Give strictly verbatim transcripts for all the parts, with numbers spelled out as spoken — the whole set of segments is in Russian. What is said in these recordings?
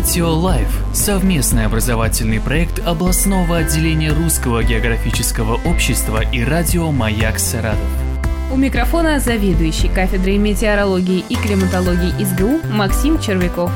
Метеолайф – совместный образовательный проект областного отделения Русского географического общества и радио «Маяк Саратов». У микрофона заведующий кафедрой метеорологии и климатологии ИСГУ Максим Червяков.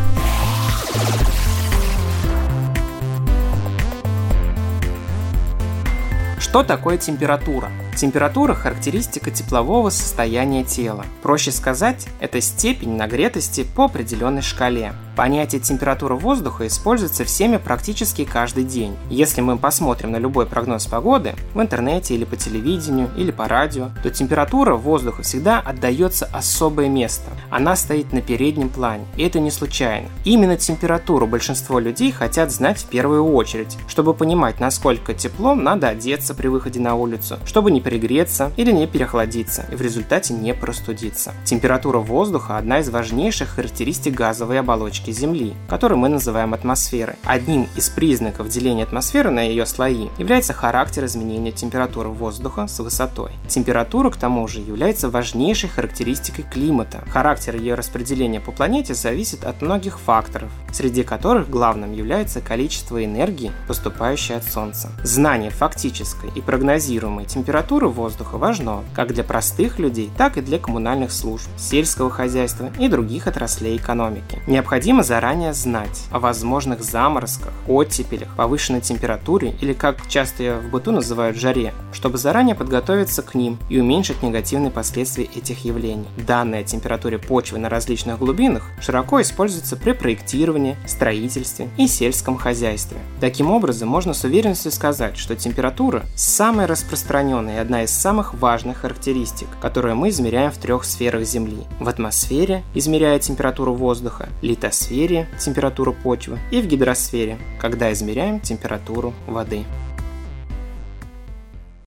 Что такое температура? Температура – характеристика теплового состояния тела. Проще сказать, это степень нагретости по определенной шкале. Понятие температура воздуха используется всеми практически каждый день. Если мы посмотрим на любой прогноз погоды в интернете или по телевидению, или по радио, то температура воздуха всегда отдается особое место. Она стоит на переднем плане, и это не случайно. Именно температуру большинство людей хотят знать в первую очередь, чтобы понимать, насколько тепло надо одеться при выходе на улицу, чтобы не перегреться или не переохладиться, и в результате не простудиться. Температура воздуха – одна из важнейших характеристик газовой оболочки Земли, которую мы называем атмосферой. Одним из признаков деления атмосферы на ее слои является характер изменения температуры воздуха с высотой. Температура, к тому же, является важнейшей характеристикой климата. Характер ее распределения по планете зависит от многих факторов, среди которых главным является количество энергии, поступающей от Солнца. Знание фактической и прогнозируемой температуры воздуха важно как для простых людей, так и для коммунальных служб, сельского хозяйства и других отраслей экономики. Необходимо заранее знать о возможных заморозках, оттепелях, повышенной температуре или, как часто ее в быту называют, жаре, чтобы заранее подготовиться к ним и уменьшить негативные последствия этих явлений. Данные о температуре почвы на различных глубинах широко используются при проектировании, строительстве и сельском хозяйстве. Таким образом, можно с уверенностью сказать, что температура – самая распространенная и одна из самых важных характеристик, которую мы измеряем в трех сферах Земли. В атмосфере, измеряя температуру воздуха, литосфере, температуру почвы, и в гидросфере, когда измеряем температуру воды.